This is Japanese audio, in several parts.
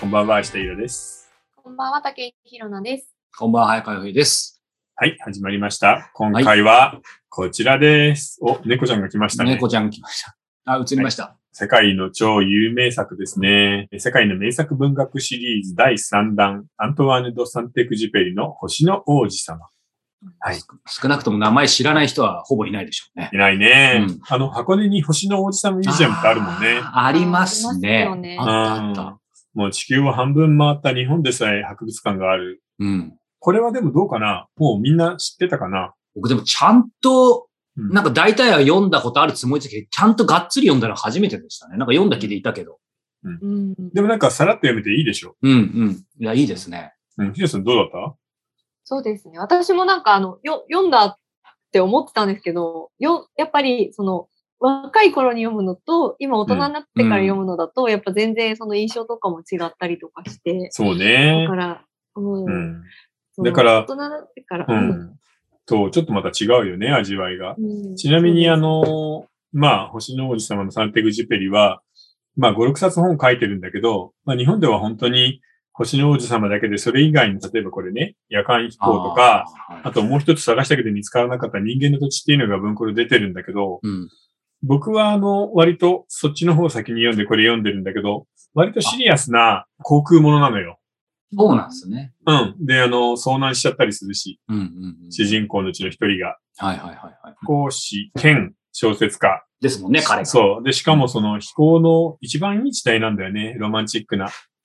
んばんは、下井です。 こんばんは、竹井ひろなです。 こんばんは、早川よいです。 はい、始まりました。今回はこちらです。お、猫ちゃんが来ましたね。 猫ちゃんが来ました。あ、映りました。 世界の超有名作ですね。世界の名作文学シリーズ第3弾、アントワーヌ・ド・サンテクジュペリの星の王子様。 はい。少なくとも名前知らない人はほぼいないでしょうね。 いないね。箱根に星の王子様ミュージアムってあるもんね。 ありますね。 あった。 もう地球を半分回った日本でさえ博物館がある。これはでもどうかな？もうみんな知ってたかな？ 僕でもちゃんと、なんか大体は読んだことあるつもりですけど、ちゃんとがっつり読んだの初めてでしたね。なんか読んだ気でいたけど。 でもなんかさらっと読めていいでしょ？ いや、いいですね。 ひろさんどうだった？ そうですね。私もなんか読んだって思ってたんですけど、やっぱり若い頃に読むのと、今大人になってから読むのだと、やっぱ全然その印象とかも違ったりとかして。 そうね。 だから、 だから、 大人になってから、 ちょっとまた違うよね、味わいが。ちなみに星の王子様のサンテグジュペリは、5、6冊本書いてるんだけど、日本では本当に星の王子様だけで、それ以外に、例えばこれね、夜間飛行とか、あともう一つ探したけど見つからなかった人間の土地っていうのが文庫で出てるんだけど、僕は割とそっちの方を先に読んでこれ読んでるんだけど、割とシリアスな航空ものなのよ。 そうなんですね。 で、遭難しちゃったりするし、主人公のうちの一人が。飛行士兼小説家。 ですもんね、彼が。 そう。で、しかもその飛行の一番いい時代なんだよね。ロマンチックな。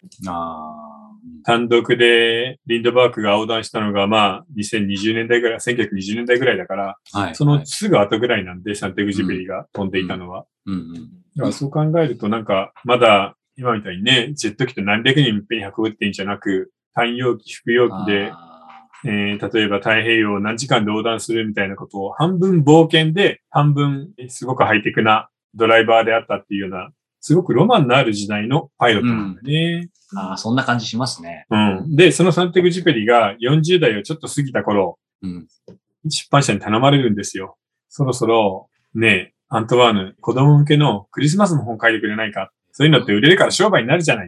単独でリンドバークが横断したのが2020年代ぐらい、1920年代ぐらいだから、そのすぐ後ぐらいなんで、サンテグジュペリが飛んでいたのは。だからそう考えるとなんか、まだ今みたいにね、ジェット機と何百人いっぺんに運ぶっていうんじゃなく、単葉機、複葉機で、例えば太平洋を何時間で横断するみたいなことを半分冒険で、半分すごくハイテクなドライバーであったっていうような、すごくロマンのある時代のパイロットなんだね。 そんな感じしますね。 で、そのサンテグジュペリが40代をちょっと過ぎた頃、出版社に頼まれるんですよ。そろそろ、ね、アントワーヌ、子供向けのクリスマスの本書いてくれないか。そういうのって売れるから商売になるじゃないって。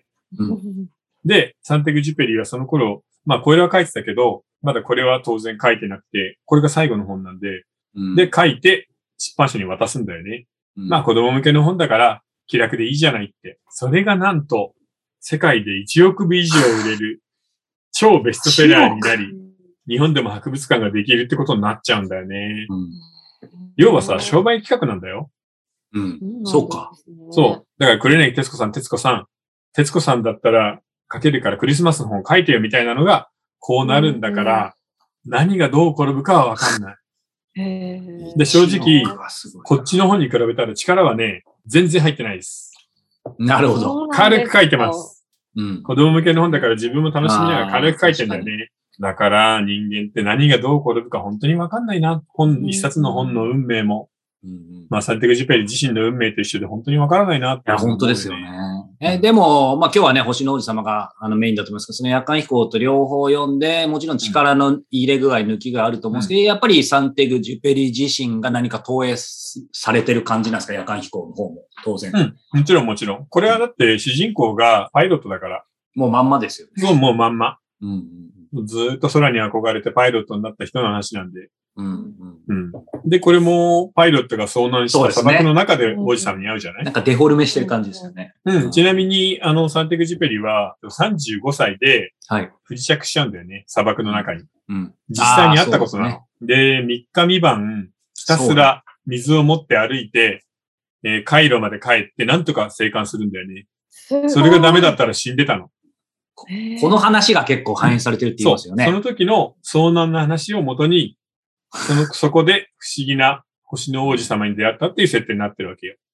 で、サンテグジュペリはその頃、これは書いてたけど、まだこれは当然書いてなくて、これが最後の本なんで、で、書いて出版社に渡すんだよね。子供向けの本だから気楽でいいじゃないって。それがなんと、世界で1億部以上売れる超ベストセラーになり、日本でも博物館ができるってことになっちゃうんだよね。要はさ、商売企画なんだよ。 そうか。 そう。だから、黒柳徹子さんだったら書けるからクリスマスの本書いてよみたいなのが、こうなるんだから、何がどう転ぶかはわかんない。で、正直、こっちの本に比べたら力はね、全然入ってないです。 なるほど。 軽く書いてます。子供向けの本だから自分も楽しみながら軽く書いてんだよね。だから人間って何がどう転ぶか本当にわかんないな。一冊の本の運命も。サンテグジュペリ自身の運命と一緒で本当にわからないなって、 いや、本当ですよね。でも、今日はね、星の王子様がメインだと思いますけど、その夜間飛行と両方読んで、もちろん力の入れ具合、抜きがあると思うんですけど、やっぱりサンテグジュペリ自身が何か投影されてる感じなんですか、夜間飛行の方も、当然。 もちろんもちろん。これはだって主人公がパイロットだから。 もうまんまですよね。 そう、もうまんま。ずーっと空に憧れてパイロットになった人の話なんで。で、これもパイロットが遭難した砂漠の中で王子様に会うじゃない？ なんかデフォルメしてる感じですよね。 ちなみに、サンテグジュペリは35歳で不時着しちゃうんだよね。砂漠の中に。実際に会ったことなの。で、3日3晩、ひたすら水を持って歩いて、カイロまで帰ってなんとか生還するんだよね。それがダメだったら死んでたの。 この話が結構反映されてるって言いますよね。 その時の遭難の話をもとに、そこで不思議な星の王子様に出会ったっていう設定になってるわけよ。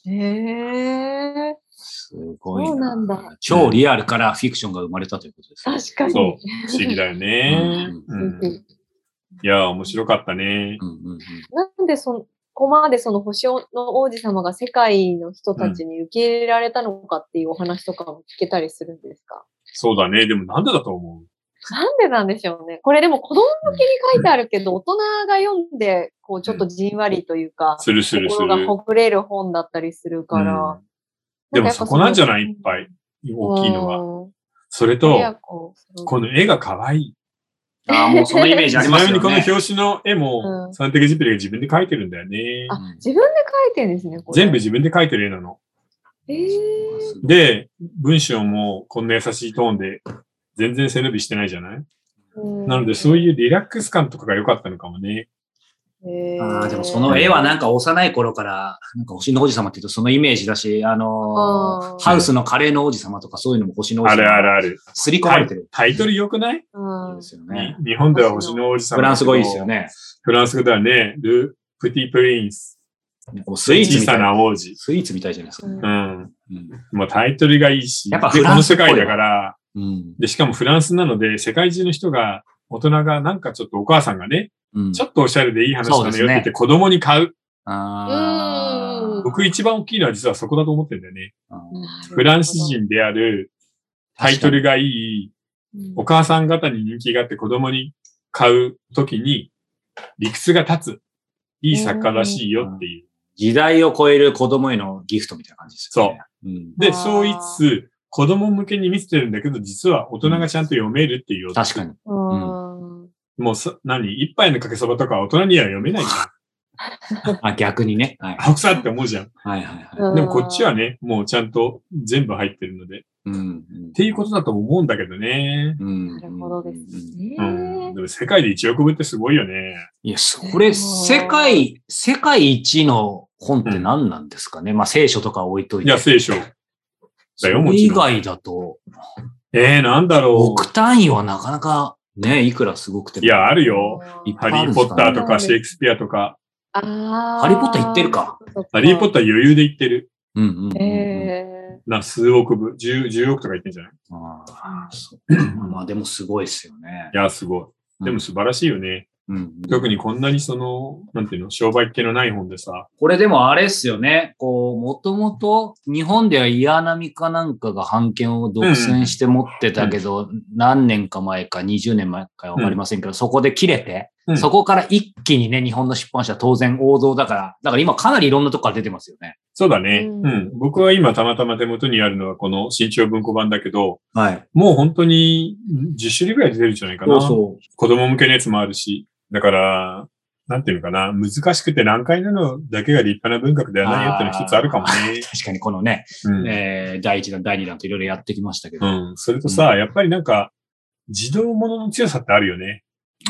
すごいな。 そうなんだ。 超リアルからフィクションが生まれたということですね。 確かに。 そう。不思議だよね。いや、面白かったね。 なんでここまでその星の王子様が世界の人たちに受け入れられたのかっていうお話とかも聞けたりするんですか？ そうだね。でもなんでだと思う？ なんでなんでしょうね。これでも子供向けに書いてあるけど、大人が読んで、こうちょっとじんわりというか、心がほぐれる本だったりするから。 でもそこなんじゃない？いっぱい。大きいのは。 それと、この絵が可愛い。 ああ、もうそのイメージありますよね。 ちなみにこの表紙の絵も、サンテグジュペリが自分で描いてるんだよね。 あ、自分で描いてるんですね、これ。 全部自分で描いてる絵なの。で、文章もこんな優しいトーンで、全然背伸びしてないじゃない？なので、そういうリラックス感とかが良かったのかもね。 ああ、でもその絵はなんか幼い頃から、なんか星の王子様って言うとそのイメージだし、ハウスのカレーの王子様とかそういうのも星の王子様。 あるある。 すり込まれてる。 タイトル良くない？ ですよね。 日本では星の王子様。 フランス語いいですよね。 フランス語ではね、ル・プティ・プリンス。 スイーツみたい。 小さな王子。 スイーツみたいじゃないですか。 もうタイトルがいいし。 やっぱフランスこの世界だから、で、しかもフランスなので、世界中の人が、大人がなんかちょっとお母さんがね、ちょっとおしゃれでいい話なのよって言って子供に買う。僕一番大きいのは実はそこだと思ってるんだよね。フランス人であるタイトルがいい、お母さん方に人気があって子供に買うときに理屈が立つ。いい作家らしいよっていう。 時代を超える子供へのギフトみたいな感じですよね。 そう。で、そう言いつつ、子供向けに見せてるんだけど、実は大人がちゃんと読めるっていう。 確かに。 もう一杯のかけそばとか大人には読めないじゃん。逆にね。 青臭って思うじゃん。 はいはいはい。 でもこっちはね、もうちゃんと全部入ってるので。っていうことだと思うんだけどね。 なるほどですね。 でも世界で1億部ってすごいよね。 いや、これ、世界一の本って何なんですかね。まあ、聖書とか置いといて。 いや、聖書。 それ以外だと。 なんだろう。 億単位はなかなか、ね、いくらすごくても。 いや、あるよ。ハリーポッターとかシェイクスピアとか。 ハリーポッター行ってるか。 ハリーポッター余裕で行ってる。数億部、10億とか言ってんじゃない？ まあでもすごいですよね。 いや、すごい。でも素晴らしいよね。特にこんなになんていうの、商売系のない本でさ。 これでもあれっすよね。もともと日本では岩波かなんかが版権を独占して持ってたけど、何年か前か20年前かわかりませんけど、そこで切れて、そこから一気にね、日本の出版社当然王道だから、今かなりいろんなとこから出てますよね。 そうだね。僕は今たまたま手元にあるのはこの新潮文庫版だけど、もう本当に10種類ぐらい出てるんじゃないかな。子供向けのやつもあるし。だから、なんていうのかな、難しくて難解なのだけが立派な文学ではないよっていうのは一つあるかもね。 確かにこのね、第1弾、第2弾といろいろやってきましたけど。 それとさ、やっぱりなんか、児童ものの強さってあるよね。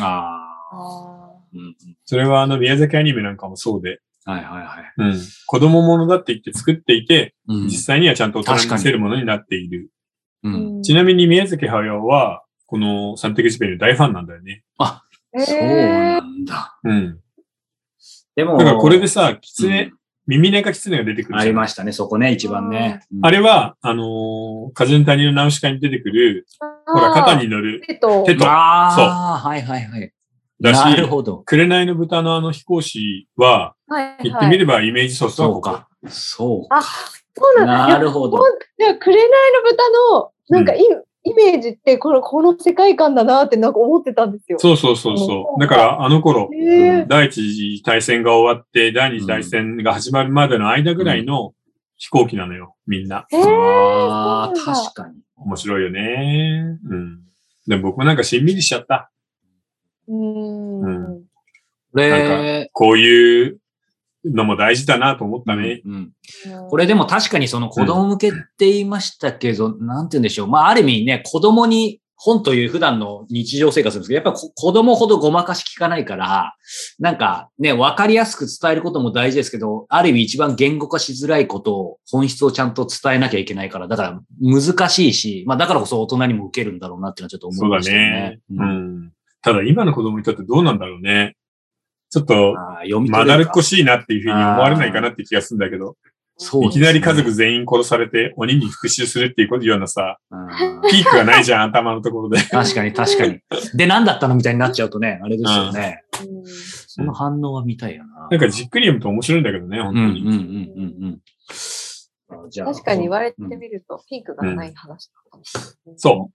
それは宮崎アニメなんかもそうで。子供ものだって言って作っていて、実際にはちゃんと大人に見せるものになっている。ちなみに宮崎駿は、このサンテグジュペリの大ファンなんだよね。 そうなんだ。でも、 だからこれでさ、耳ネカキツネが出てくる。 ありましたね、そこね、一番ね。 あれは、風の谷のナウシカに出てくる、ほら、肩に乗る。 手と。 そう。 はいはいはい。なるほど。 紅の豚の飛行士は、言ってみればイメージソースはここ。 そうか。 そうなんだ。 なるほど。 紅の豚の、なんかイメージってこの世界観だなってなんか思ってたんですよ。 そう。だからあの頃、第一次大戦が終わって第二次大戦が始まるまでの間ぐらいの飛行機なのよ、みんな。 確かに。 面白いよね。でも僕もなんかしんみりしちゃった。なんかこういうのも大事だなと思ったね。 これでも確かにその子供向けって言いましたけど、なんて言うんでしょう。まあある意味ね、子供に本という普段の日常生活ですけど、やっぱり子供ほどごまかし聞かないから、なんかね、わかりやすく伝えることも大事ですけど、ある意味一番言語化しづらいことを、本質をちゃんと伝えなきゃいけないから、だから難しいし、まあだからこそ大人にも受けるんだろうなっていうのはちょっと思いましたね。 そうだね。ただ今の子供にとってどうなんだろうね。ちょっと、まだるっこしいなっていうふうに思われないかなって気がするんだけど。いきなり家族全員殺されて鬼に復讐するっていうようなさ、ピークがないじゃん、頭のところで。 確かに。で、何だったのみたいになっちゃうとね、あれですよね。その反応は見たいよな。 なんかじっくり読むと面白いんだけどね、本当に。 確かに言われてみると、ピークがない話だった。 そう。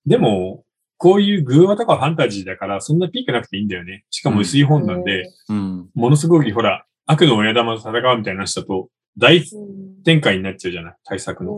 でも、こういう偶話とかファンタジーだから、そんなピークなくていいんだよね。しかも薄い本なんで、ものすごくほら、悪の親玉と戦うみたいな話だと、大展開になっちゃうじゃない、対策の。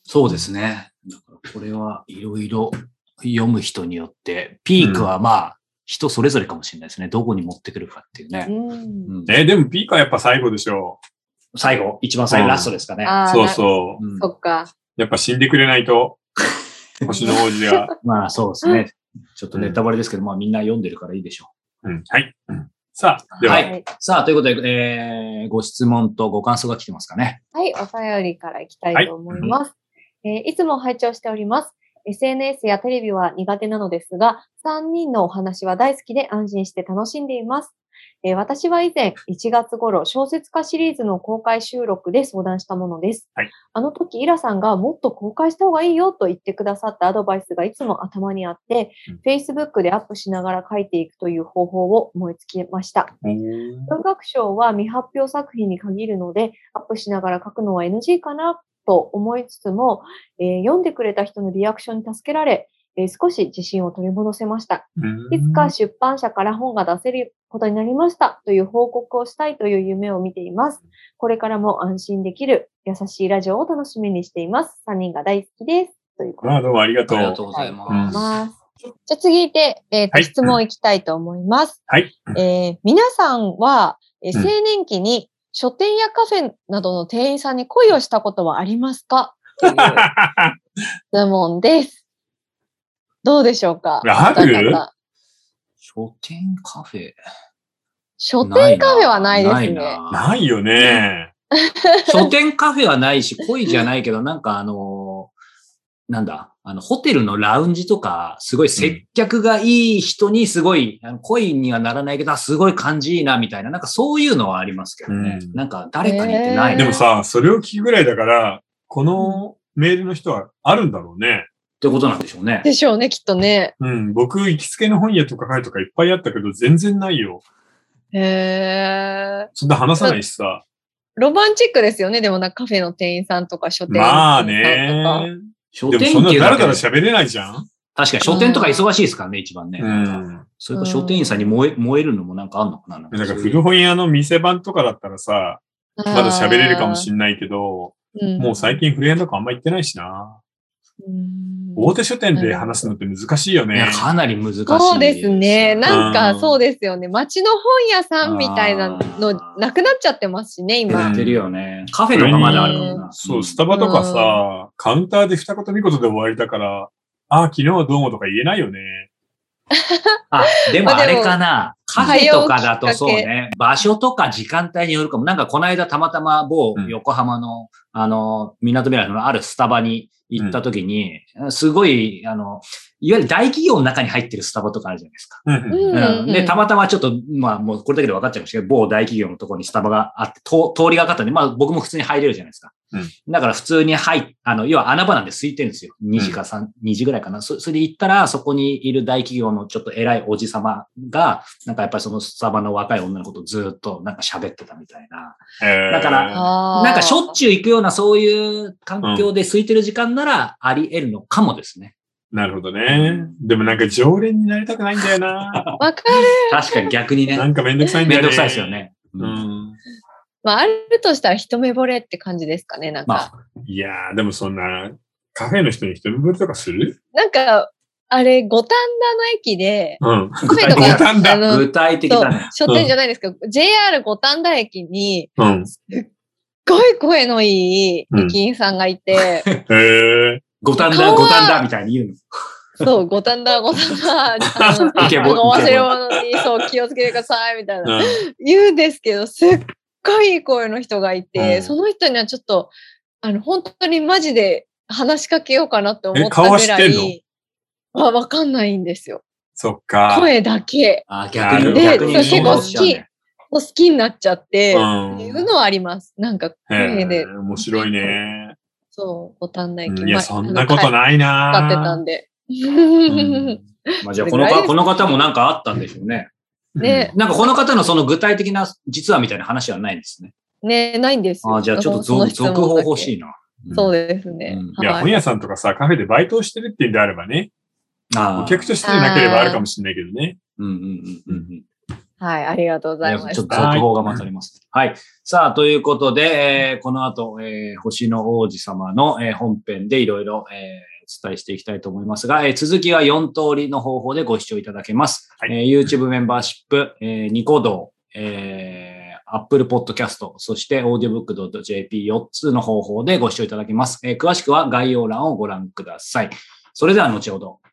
そうですね。だからこれはいろいろ読む人によって、ピークはまあ、人それぞれかもしれないですね。どこに持ってくるかっていうね。 でもピークはやっぱ最後でしょう。最後、一番最後、ラストですかね。 そうそう。 そっか。 やっぱ死んでくれないと、星の王子が。 まあそうですね。ちょっとネタバレですけど、まあみんな読んでるからいいでしょう。はい。さあ、では。 はい。さあ、ということで、ご質問とご感想が来てますかね。 はい、お便りからいきたいと思います。いつも拝聴しております。SNS やテレビは苦手なのですが、3人のお話は大好きで安心して楽しんでいます。私は以前1月頃小説家シリーズの公開収録で相談したものです。 はい、 あの時イラさんがもっと公開した方がいいよと言ってくださったアドバイスがいつも頭にあって、Facebook でアップしながら書いていくという方法を思いつきました。文学賞は未発表作品に限るので、アップしながら書くのは NG かなと思いつつも、読んでくれた人のリアクションに助けられ、少し自信を取り戻せました。いつか出版社から本が出せることになりましたという報告をしたいという夢を見ています。これからも安心できる優しいラジオを楽しみにしています。3人が大好きです。ということで。 どうもありがとう。 ありがとうございます。 じゃあ次いて、質問いきたいと思います。 はい。 皆さんは、青年期に書店やカフェなどの店員さんに恋をしたことはありますかという質問です。どうでしょうか？ ある？ 書店カフェ。 書店カフェはないですね。 ないよね。 書店カフェはないし、恋じゃないけど、なんかなんだ、ホテルのラウンジとか、すごい接客がいい人にすごい、恋にはならないけど、すごい感じいいな、みたいな、なんかそういうのはありますけどね。なんか誰かに言ってない。 でもさ、それを聞くぐらいだから、このメールの人はあるんだろうね。 ってことなんでしょうね。 でしょうね、きっとね。 僕、行きつけの本屋とかカフェとかいっぱいあったけど、全然ないよ。そんな話さないしさ。 ロマンチックですよね、でもカフェの店員さんとか書店の店員さんとか。 まあね。でもそんなだらだら喋れないじゃん。 確かに書店とか忙しいですからね、一番ね。それか書店員さんに燃えるのもなんかあんのかな。 なんか古本屋の店番とかだったらさ、まだ喋れるかもしんないけど、もう最近古本屋とかあんま行ってないしな。大手書店で話すのって難しいよね。 いや、かなり難しい。 そうですね。なんかそうですよね。街の本屋さんみたいなのなくなっちゃってますしね、今。 やってるよね。カフェとかまだあるかもな。 そう、スタバとかさ、カウンターで二言三言で終わりだから、昨日はどうもとか言えないよね。 でもあれかな。カフェとかだとそうね。場所とか時間帯によるかも。なんかこの間たまたま某横浜の、港未来のあるスタバに行った時に、すごい、いわゆる大企業の中に入ってるスタバとかあるじゃないですか。で、たまたまちょっと、まあもうこれだけで分かっちゃいましたけど、某大企業のところにスタバがあって、通りがかったんで、まあ僕も普通に入れるじゃないですか。だから普通に要は穴場なんで空いてるんですよ。2時か2時ぐらいかな。それで行ったら、そこにいる大企業のちょっと偉いおじさまが、なんかやっぱりそのスタバの若い女の子とずっとなんか喋ってたみたいな。だから、なんかしょっちゅう行くようなそういう環境で空いてる時間ならあり得るのかもですね。 なるほどね。でもなんか常連になりたくないんだよな。 わかる。 確かに逆にね。 なんかめんどくさいんだよね。 めんどくさいですよね。 まあ、あるとしたら一目惚れって感じですかね、なんか。 いやー、でもそんな、カフェの人に一目惚れとかする？ なんか、あれ、五反田の駅で、 カフェとか、具体的だね。 書店じゃないですけど、JR 五反田駅に、すっごい声のいい駅員さんがいて、 五反田みたいに言うの。 そう、五反田。忘れ物に、そう、気をつけてください、みたいな。言うんですけど、すっごいいい声の人がいて、その人にはちょっと、本当にマジで話しかけようかなって思ったぐらい、わかんないんですよ。 そっか。 声だけ。 逆に結構好きになっちゃって、っていうのはあります。なんか声で。 面白いね。 そう、五反田駅。 いや、そんなことないな使ってたんで。 まあじゃあこの方もなんかあったんでしょうね。 ね。 なんかこの方のその具体的な実はみたいな話はないんですね。 ね、ないんですよ。 じゃあちょっと続報欲しいな。 そうですね。 いや、本屋さんとかさ、カフェでバイトをしてるっていうんであればね。お客としてでなければあるかもしれないけどね。 はい、ありがとうございました。 ちょっと続報が待たれます。はい。さあ、ということで、この後、星の王子様の、本編でいろいろ、お伝えしていきたいと思いますが、続きは4通りの方法でご視聴いただけます。はい、YouTube メンバーシップ、ニコ動、Apple Podcast、そして audiobook.jp4 つの方法でご視聴いただけます。詳しくは概要欄をご覧ください。それでは後ほど。